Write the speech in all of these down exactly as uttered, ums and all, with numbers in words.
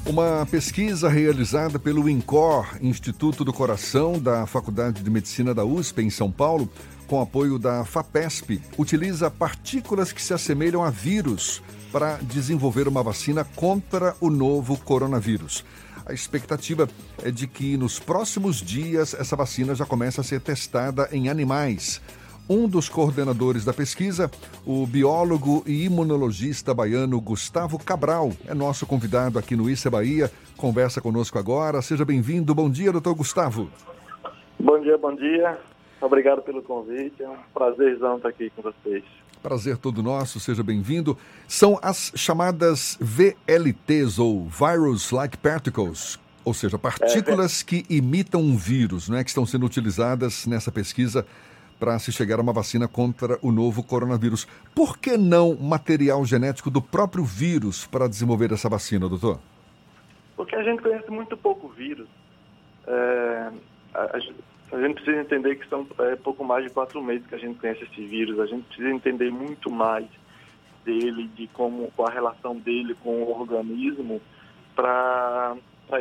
Uma pesquisa realizada pelo INCOR, Instituto do Coração da Faculdade de Medicina da U S P, em São Paulo, com apoio da FAPESP, utiliza partículas que se assemelham a vírus para desenvolver uma vacina contra o novo coronavírus. A expectativa é de que nos próximos dias essa vacina já comece a ser testada em animais. Um dos coordenadores da pesquisa, o biólogo e imunologista baiano Gustavo Cabral, é nosso convidado aqui no Isso é Bahia. Conversa conosco agora. Seja bem-vindo. Bom dia, doutor Gustavo. Bom dia, bom dia. Obrigado pelo convite. É um prazerzão estar aqui com vocês. Prazer todo nosso. Seja bem-vindo. São as chamadas V L Ts, ou Virus-like Particles, ou seja, partículas é, que imitam um vírus, né, que estão sendo utilizadas nessa pesquisa para se chegar a uma vacina contra o novo coronavírus. Por que não material genético do próprio vírus para desenvolver essa vacina, doutor? Porque a gente conhece muito pouco vírus. É, a, a gente precisa entender que são é, pouco mais de quatro meses que a gente conhece esse vírus. A gente precisa entender muito mais dele, de como, qual a relação dele com o organismo, para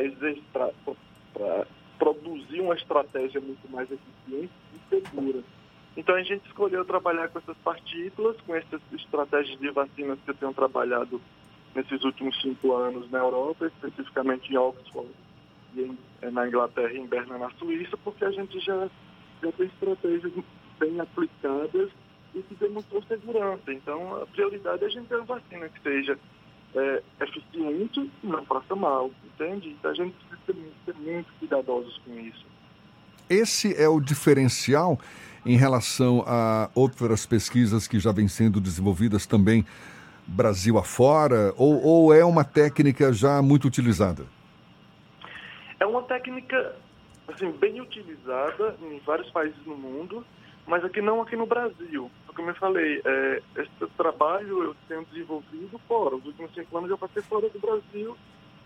produzir uma estratégia muito mais eficiente e segura. Então a gente escolheu trabalhar com essas partículas, com essas estratégias de vacinas que eu tenho trabalhado nesses últimos cinco anos na Europa, especificamente em Oxford, e em, na Inglaterra e em Berna, na Suíça, porque a gente já, já tem estratégias bem aplicadas e que demonstrou segurança. Então a prioridade é a gente ter uma vacina que seja é, eficiente e não faça mal, entende? Então a gente precisa ser muito, ser muito cuidadosos com isso. Esse é o diferencial em relação a outras pesquisas que já vêm sendo desenvolvidas também Brasil afora, ou, ou é uma técnica já muito utilizada? É uma técnica assim, bem utilizada em vários países no mundo, mas aqui não aqui no Brasil. Como eu falei, é, esse trabalho eu tenho desenvolvido fora. Os últimos cinco anos eu passei fora do Brasil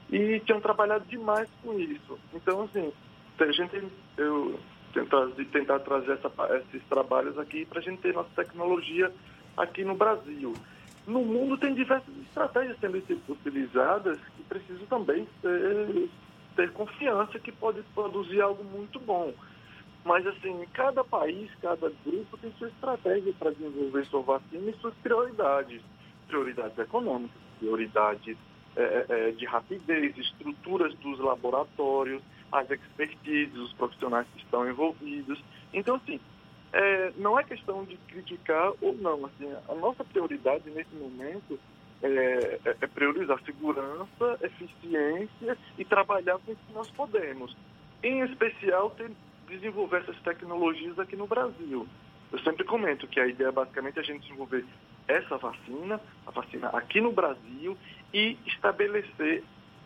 e tinham trabalhado demais com isso. Então, assim, a gente... Eu, Tentar, tentar trazer essa, esses trabalhos aqui para a gente ter nossa tecnologia aqui no Brasil. No mundo tem diversas estratégias sendo utilizadas que precisam também ter, ter confiança que pode produzir algo muito bom. Mas, assim, cada país, cada grupo tem sua estratégia para desenvolver sua vacina e suas prioridades. Prioridades econômicas, prioridades é, é, de rapidez, estruturas dos laboratórios, as expertises, os profissionais que estão envolvidos. Então, assim, é, não é questão de criticar ou não. Assim, a nossa prioridade nesse momento é, é priorizar segurança, eficiência e trabalhar com o que nós podemos. Em especial, ter, desenvolver essas tecnologias aqui no Brasil. Eu sempre comento que a ideia basicamente é a gente desenvolver essa vacina, a vacina aqui no Brasil, e estabelecer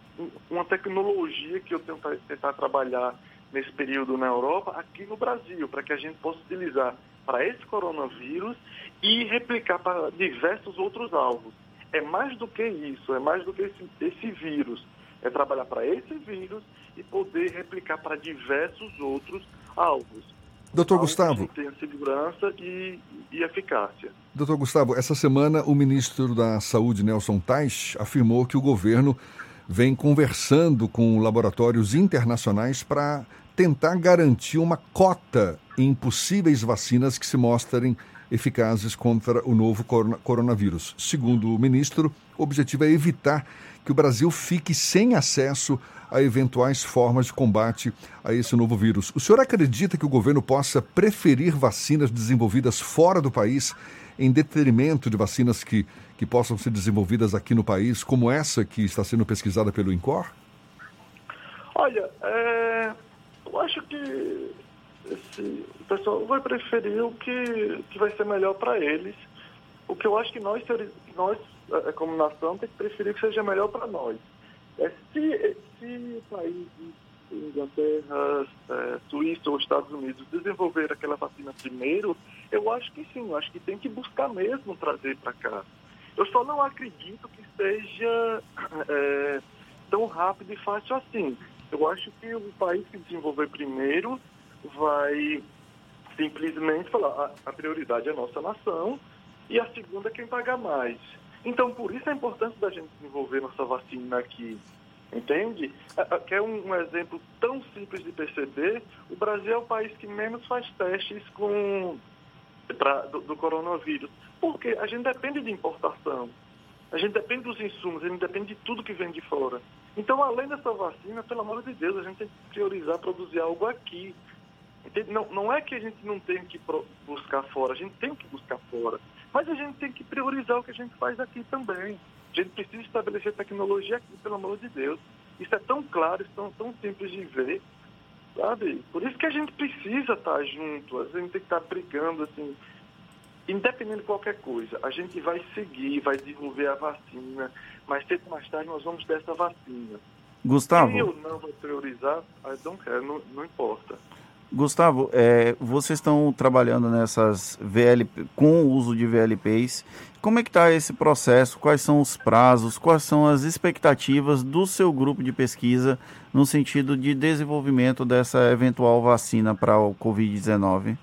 uma tecnologia que eu tento tentar trabalhar nesse período na Europa, aqui no Brasil, para que a gente possa utilizar para esse coronavírus e replicar para diversos outros alvos. É mais do que isso, é mais do que esse, esse vírus. É trabalhar para esse vírus e poder replicar para diversos outros alvos. Doutor Gustavo. Que tenha segurança e, e eficácia. Doutor Gustavo, essa semana o ministro da Saúde, Nelson Taish, afirmou que o governo vem conversando com laboratórios internacionais para tentar garantir uma cota em possíveis vacinas que se mostrem eficazes contra o novo coronavírus. Segundo o ministro, o objetivo é evitar que o Brasil fique sem acesso a eventuais formas de combate a esse novo vírus. O senhor acredita que o governo possa preferir vacinas desenvolvidas fora do país em detrimento de vacinas que, que possam ser desenvolvidas aqui no país, como essa que está sendo pesquisada pelo INCOR? Olha, é, eu acho que esse, o pessoal vai preferir o que, que vai ser melhor para eles. O que eu acho que nós, nós, como nação, tem que preferir que seja melhor para nós. É, se, se países, Inglaterra, é, Suíça ou Estados Unidos desenvolver aquela vacina primeiro, eu acho que sim, eu acho que tem que buscar mesmo trazer para cá. Eu só não acredito que seja é, tão rápido e fácil assim. Eu acho que o país que desenvolver primeiro vai simplesmente falar a, a prioridade é a nossa nação e a segunda é quem paga mais. Então, por isso a importância da gente desenvolver nossa vacina aqui. Entende? Que é um, um exemplo tão simples de perceber. O Brasil é o país que menos faz testes com, pra, do, do coronavírus. Porque a gente depende de importação. A gente depende dos insumos, a gente depende de tudo que vem de fora. Então, além dessa vacina, pelo amor de Deus, a gente tem que priorizar produzir algo aqui. Entende? Não, não é que a gente não tem que pro, buscar fora, a gente tem que buscar fora. Mas a gente tem que priorizar o que a gente faz aqui também. A gente precisa estabelecer tecnologia aqui, pelo amor de Deus. Isso é tão claro, isso é tão, tão simples de ver, sabe? Por isso que a gente precisa estar junto, a gente tem que estar brigando, assim, independente de qualquer coisa. A gente vai seguir, vai desenvolver a vacina, mas cedo ou mais tarde nós vamos ter essa vacina. Gustavo? Quem eu não vou priorizar, I don't care, não, não importa. Gustavo, é, vocês estão trabalhando nessas V L P, com o uso de V L Ps. Como é que está esse processo? Quais são os prazos? Quais são as expectativas do seu grupo de pesquisa no sentido de desenvolvimento dessa eventual vacina para o covid dezenove?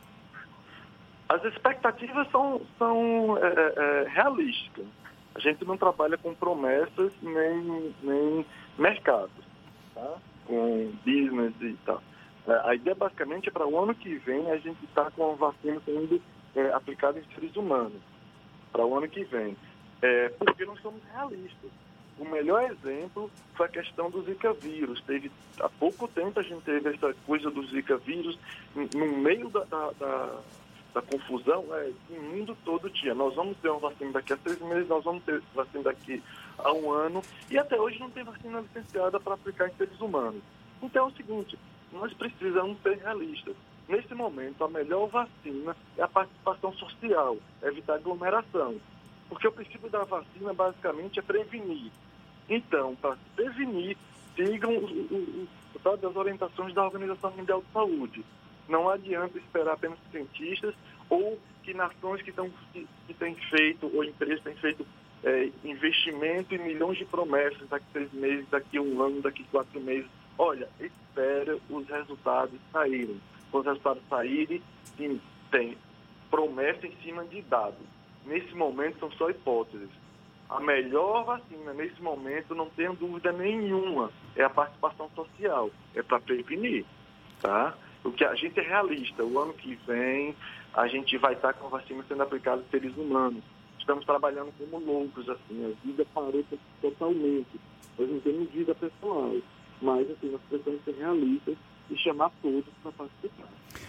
As expectativas são, são é, é, realísticas. A gente não trabalha com promessas nem, nem mercados, tá? Com business e tal. A ideia basicamente é para o ano que vem a gente estar com a vacina sendo é, aplicada em seres humanos. Para o ano que vem. É, porque nós somos realistas. O melhor exemplo foi a questão do Zika vírus. Teve, há pouco tempo a gente teve essa coisa do Zika vírus no meio da, da, da, da confusão, é, o mundo todo tinha. Nós vamos ter uma vacina daqui a seis meses, nós vamos ter vacina daqui a um ano, e até hoje não tem vacina licenciada para aplicar em seres humanos. Então é o seguinte, nós precisamos ser realistas. Nesse momento, a melhor vacina é a participação social, é evitar aglomeração. Porque o princípio da vacina, basicamente, é prevenir. Então, para prevenir, sigam o, o, o, as orientações da Organização Mundial de Saúde. Não adianta esperar apenas cientistas ou que nações que, tão, que, que têm feito, ou empresas têm feito é, investimento em milhões de promessas daqui a seis meses, daqui a um ano, daqui a quatro meses. Olha, espera os resultados saírem. Quando os resultados saírem, sim, tem promessa em cima de dados. Nesse momento, são só hipóteses. A melhor vacina, nesse momento, não tenho dúvida nenhuma, é a participação social. É para prevenir, tá? O que a gente é realista. O ano que vem, a gente vai estar com a vacina sendo aplicada em seres humanos. Estamos trabalhando como loucos, assim. A vida parou totalmente. Nós não temos vida pessoal. Mas, assim, nós precisamos ser realistas e chamar todos para participar.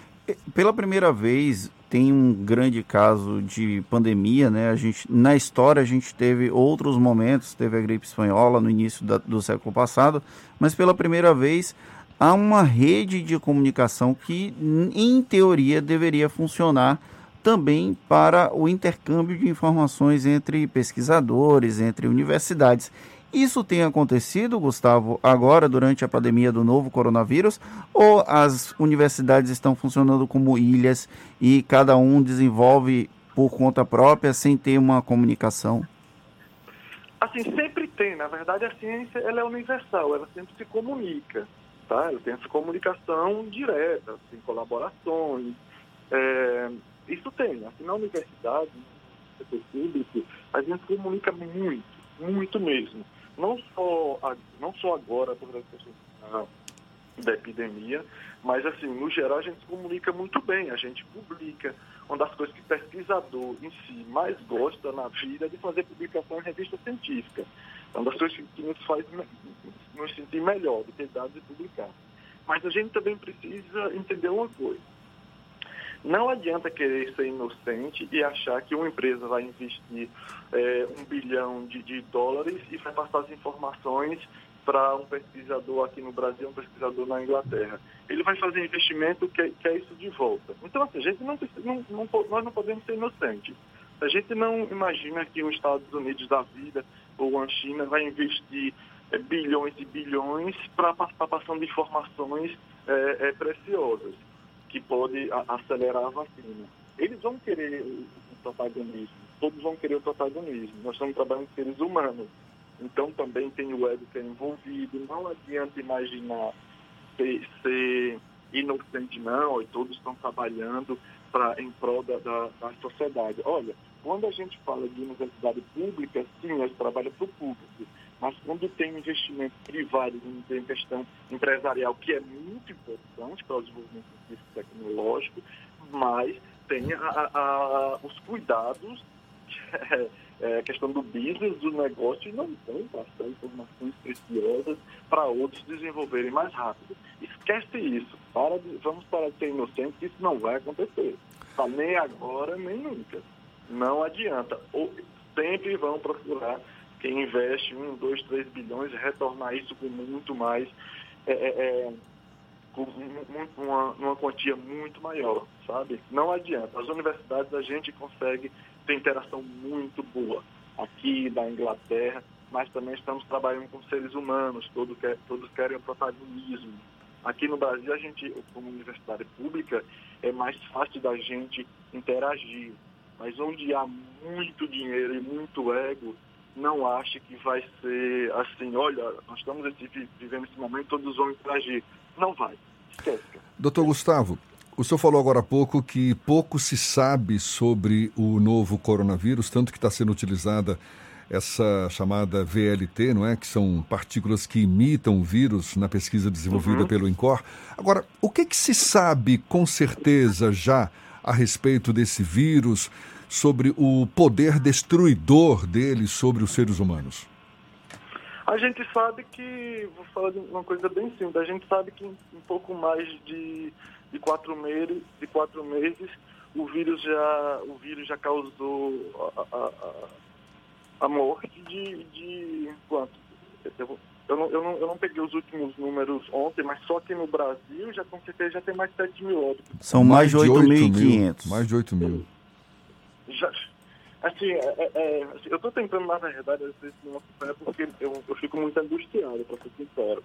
Pela primeira vez, tem um grande caso de pandemia, né? A gente, na história, a gente teve outros momentos, teve a gripe espanhola no início da, do século passado, mas pela primeira vez há uma rede de comunicação que, em teoria, deveria funcionar também para o intercâmbio de informações entre pesquisadores, entre universidades. Isso tem acontecido, Gustavo, agora durante a pandemia do novo coronavírus, ou as universidades estão funcionando como ilhas e cada um desenvolve por conta própria sem ter uma comunicação? Assim, sempre tem. Na verdade, a ciência ela é universal, ela sempre se comunica, tá? Ela tem essa comunicação direta, tem colaborações. É, isso tem. Assim, na universidade, no setor público, a gente se comunica muito, muito mesmo. Não só, não só agora, por causa da epidemia, mas, assim, no geral, a gente se comunica muito bem, a gente publica. Uma das coisas que o pesquisador em si mais gosta na vida é de fazer publicação em revista científica. É uma das coisas que nos faz nos sentir melhor, de ter dados e publicar. Mas a gente também precisa entender uma coisa. Não adianta querer ser inocente e achar que uma empresa vai investir é, um bilhão de, de dólares e vai passar as informações para um pesquisador aqui no Brasil, um pesquisador na Inglaterra. Ele vai fazer investimento que quer isso de volta. Então, assim, a gente não, não, não, nós não podemos ser inocentes. A gente não imagina que os Estados Unidos da vida ou a China vai investir é, bilhões e bilhões para passar passando informações é, é, preciosas, que pode acelerar a vacina. Eles vão querer o protagonismo, todos vão querer o protagonismo. Nós estamos trabalhando com seres humanos, então também tem o ego que é envolvido. Não adianta imaginar ser, ser inocente, não, e todos estão trabalhando pra, em prol da, da, da sociedade. Olha, quando a gente fala de universidade pública, sim, a gente trabalha para o público, mas quando tem investimento privado, quando tem questão empresarial, que é muito importante para o desenvolvimento científico e tecnológico, mas tem a, a, os cuidados, é, é, a questão do business, do negócio, e não vão passar informações preciosas para outros desenvolverem mais rápido. Esquece isso. Para de, vamos parar de ser inocentes, que isso não vai acontecer. Tá? Nem agora, nem nunca. Não adianta. Ou, sempre vão procurar quem investe um, dois, três bilhões e retornar isso com muito mais, é, é, com uma, uma quantia muito maior, sabe? Não adianta. As universidades a gente consegue ter interação muito boa aqui da Inglaterra, mas também estamos trabalhando com seres humanos, todos, quer, todos querem o protagonismo. Aqui no Brasil, a gente, como universidade pública, é mais fácil da gente interagir. Mas onde há muito dinheiro e muito ego, não ache que vai ser assim, olha, nós estamos esse, vivendo esse momento, todos vão interagir. Não vai. Esquece. Doutor Gustavo, o senhor falou agora há pouco que pouco se sabe sobre o novo coronavírus, tanto que está sendo utilizada essa chamada V L T, não é? Que são partículas que imitam o vírus na pesquisa desenvolvida uhum. pelo INCOR. Agora, o que, que se sabe com certeza já a respeito desse vírus, sobre o poder destruidor dele sobre os seres humanos? A gente sabe que, vou falar de uma coisa bem simples, a gente sabe que em um pouco mais de, de, quatro, meses, de quatro meses o vírus já, o vírus já causou a, a, a morte de, de quanto? Eu, eu, não, eu, não, eu não peguei os últimos números ontem, mas só que no Brasil já com certeza já tem mais de sete mil óbitos. São mais de oito mil e quinhentos. Mais de oito mil. Já, assim, é, é, assim, eu estou tentando, na verdade, esse nosso pé porque eu, eu fico muito angustiado, para ser sincero.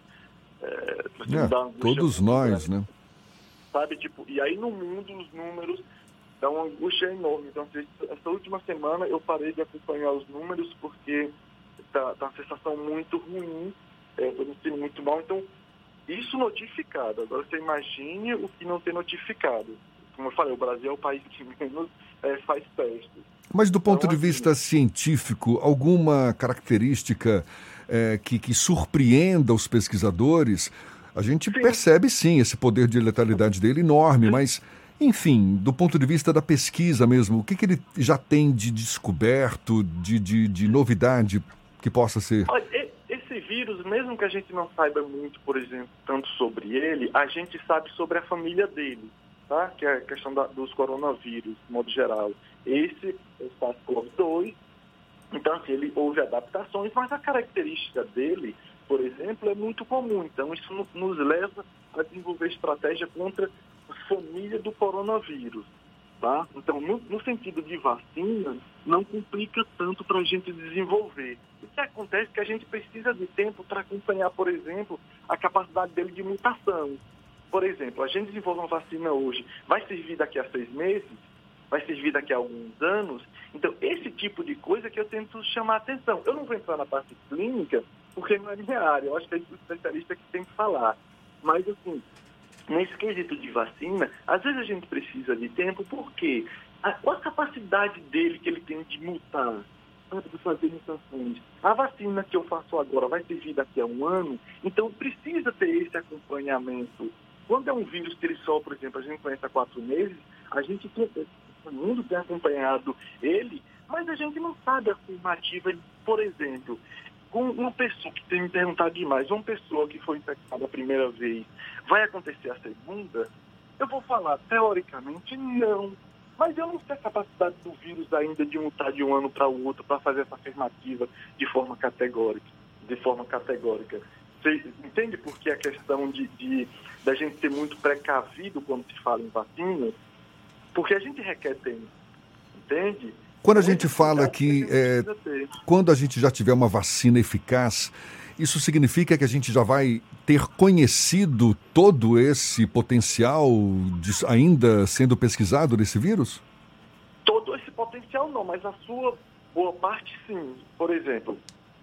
É, é, todos nós, né? Sabe, tipo, e aí no mundo os números dão uma angústia enorme. Então, essa última semana eu parei de acompanhar os números porque tá, tá uma sensação muito ruim, é, estou me sentindo muito mal. Então, isso notificado. Agora você imagine o que não tem notificado. Como eu falei, o Brasil é o país que menos é, faz testes. Mas do ponto então, de assim, vista científico, alguma característica é, que, que surpreenda os pesquisadores? A gente sim. percebe sim esse poder de letalidade dele enorme, mas, enfim, do ponto de vista da pesquisa mesmo, o que, que ele já tem de descoberto, de, de, de novidade que possa ser? Olha, esse vírus, mesmo que a gente não saiba muito, por exemplo, tanto sobre ele, a gente sabe sobre a família dele. Tá? Que é a questão da, dos coronavírus, de modo geral. Esse é o SARS-CoV dois, então assim, ele houve adaptações, mas a característica dele, por exemplo, é muito comum. Então isso nos leva a desenvolver estratégia contra a família do coronavírus. Tá? Então, no, no sentido de vacina, não complica tanto para a gente desenvolver. O que acontece é que a gente precisa de tempo para acompanhar, por exemplo, a capacidade dele de mutação. Por exemplo, a gente desenvolve uma vacina hoje, vai servir daqui a seis meses, vai servir daqui a alguns anos. Então, esse tipo de coisa que eu tento chamar a atenção. Eu não vou entrar na parte clínica, porque não é minha área, eu acho que é o especialista que tem que falar. Mas, assim, nesse quesito de vacina, às vezes a gente precisa de tempo, porque a, qual a capacidade dele que ele tem de mutar, de fazer mutações? A vacina que eu faço agora vai servir daqui a um ano, então precisa ter esse acompanhamento. Quando é um vírus que ele só, por exemplo, a gente conhece há quatro meses, a gente tem, o mundo tem acompanhado ele, mas a gente não sabe a afirmativa. Por exemplo, com uma pessoa que tem me perguntado demais, uma pessoa que foi infectada a primeira vez, vai acontecer a segunda? Eu vou falar, teoricamente, não. Mas eu não sei a capacidade do vírus ainda de mutar de um ano para o outro para fazer essa afirmativa de forma categórica. De forma categórica. Você entende por que a questão de, de da gente ser muito precavido quando se fala em vacina? Porque a gente requer tempo, entende? Quando a gente fala que é, quando a gente já tiver uma vacina eficaz, isso significa que a gente já vai ter conhecido todo esse potencial de, ainda sendo pesquisado desse vírus? Todo esse potencial não, mas a sua boa parte sim. Por exemplo,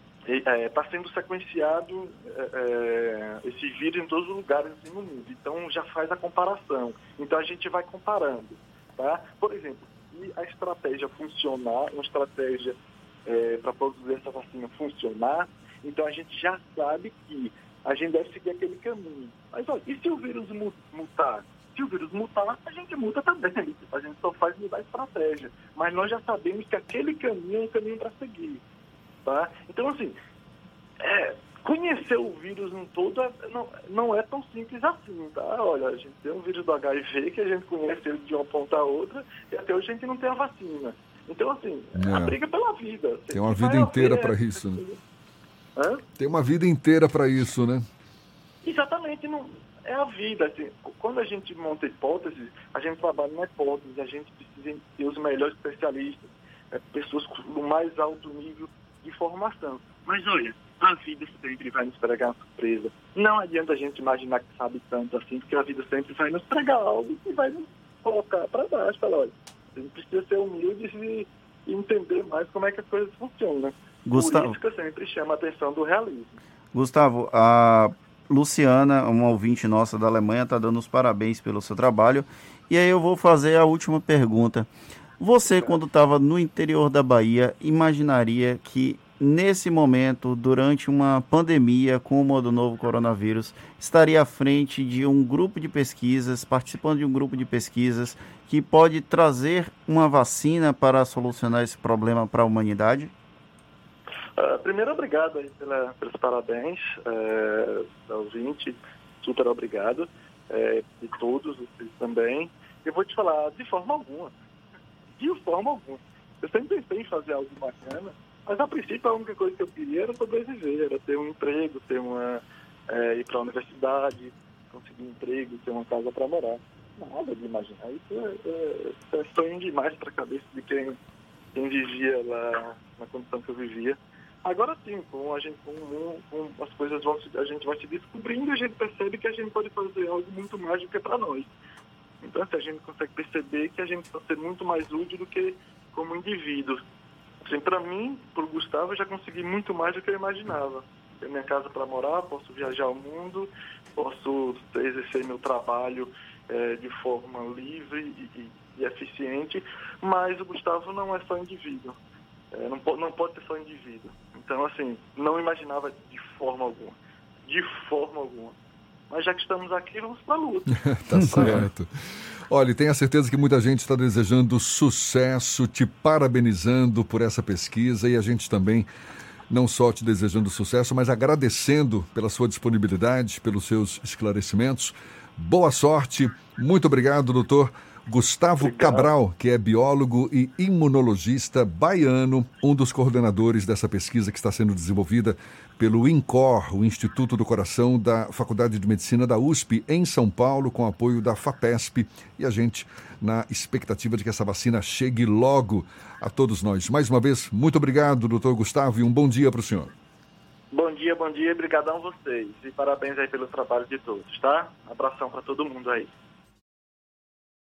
está é, sendo sequenciado é, esse vírus em todos os lugares assim, no mundo. Então já faz a comparação. Então a gente vai comparando. Tá? Por exemplo, se a estratégia funcionar, uma estratégia é, para produzir essa vacina funcionar, Então a gente já sabe que a gente deve seguir aquele caminho. Mas olha, e se o vírus mutar? Se o vírus mutar, a gente muta também. A gente só faz mudar a estratégia. Mas nós já sabemos que aquele caminho é o caminho para seguir. Tá? Então, assim, é, conhecer o vírus no todo é, não, não é tão simples assim. Tá? Olha, a gente tem um vírus do H I V que a gente conhece de uma ponta a outra e até hoje a gente não tem a vacina. Então, assim, é. a briga pela vida. Tem uma vida inteira para isso, né? Hã? Tem uma vida inteira para isso, né? Exatamente, não, é a vida. Assim, quando a gente monta hipóteses, a gente trabalha na hipótese, a gente precisa ter os melhores especialistas, é, pessoas com o mais alto nível de formação. Mas olha, a vida sempre vai nos pregar uma surpresa. Não adianta a gente imaginar que sabe tanto assim, porque a vida sempre vai nos pregar algo e vai nos colocar para baixo. Fala, olha, a gente precisa ser humilde e, e entender mais como é que as coisas funcionam. Gustavo. Por isso que eu sempre chamo a atenção do realismo. Gustavo, a Luciana, uma ouvinte nossa da Alemanha, está dando os parabéns pelo seu trabalho. E aí eu vou fazer a última pergunta. Você, quando estava no interior da Bahia, imaginaria que nesse momento, durante uma pandemia como a do novo coronavírus, estaria à frente de um grupo de pesquisas, participando de um grupo de pesquisas que pode trazer uma vacina para solucionar esse problema para a humanidade? Uh, primeiro, obrigado aí pela, pelos parabéns, é, da ouvinte, super obrigado, é, e todos vocês também. Eu vou te falar, de forma alguma, de forma alguma. Eu sempre pensei em fazer algo bacana, mas a princípio a única coisa que eu queria era sobreviver, era ter um emprego, ter uma, é, ir para a universidade, conseguir um emprego, ter uma casa para morar. Nada de imaginar, isso é, é, é sonho demais para a cabeça de quem, quem vivia lá na condição que eu vivia. Agora sim, com, a gente, com, com as coisas vão se, a gente vai se descobrindo e a gente percebe que a gente pode fazer algo muito mais do que para nós. Então, se a gente consegue perceber que a gente pode ser muito mais útil do que como indivíduo. Assim, para mim, para o Gustavo, eu já consegui muito mais do que eu imaginava. Ter minha casa para morar, posso viajar ao mundo, posso exercer meu trabalho é, de forma livre e, e, e eficiente, mas o Gustavo não é só indivíduo. É, não, não pode ser só indivíduo. Então, assim, não imaginava de forma alguma. De forma alguma. Mas já que estamos aqui, vamos para a luta. Tá certo. Olha, tenha certeza que muita gente está desejando sucesso, te parabenizando por essa pesquisa e a gente também, não só te desejando sucesso, mas agradecendo pela sua disponibilidade, pelos seus esclarecimentos. Boa sorte. Muito obrigado, doutor Gustavo Obrigado. Cabral, que é biólogo e imunologista baiano, um dos coordenadores dessa pesquisa que está sendo desenvolvida pelo INCOR, o Instituto do Coração da Faculdade de Medicina da U S P, em São Paulo, com apoio da FAPESP, e a gente na expectativa de que essa vacina chegue logo a todos nós. Mais uma vez, muito obrigado, doutor Gustavo, e um bom dia para o senhor. Bom dia, bom dia, obrigadão a vocês, e parabéns aí pelo trabalho de todos, tá? Abração para todo mundo aí.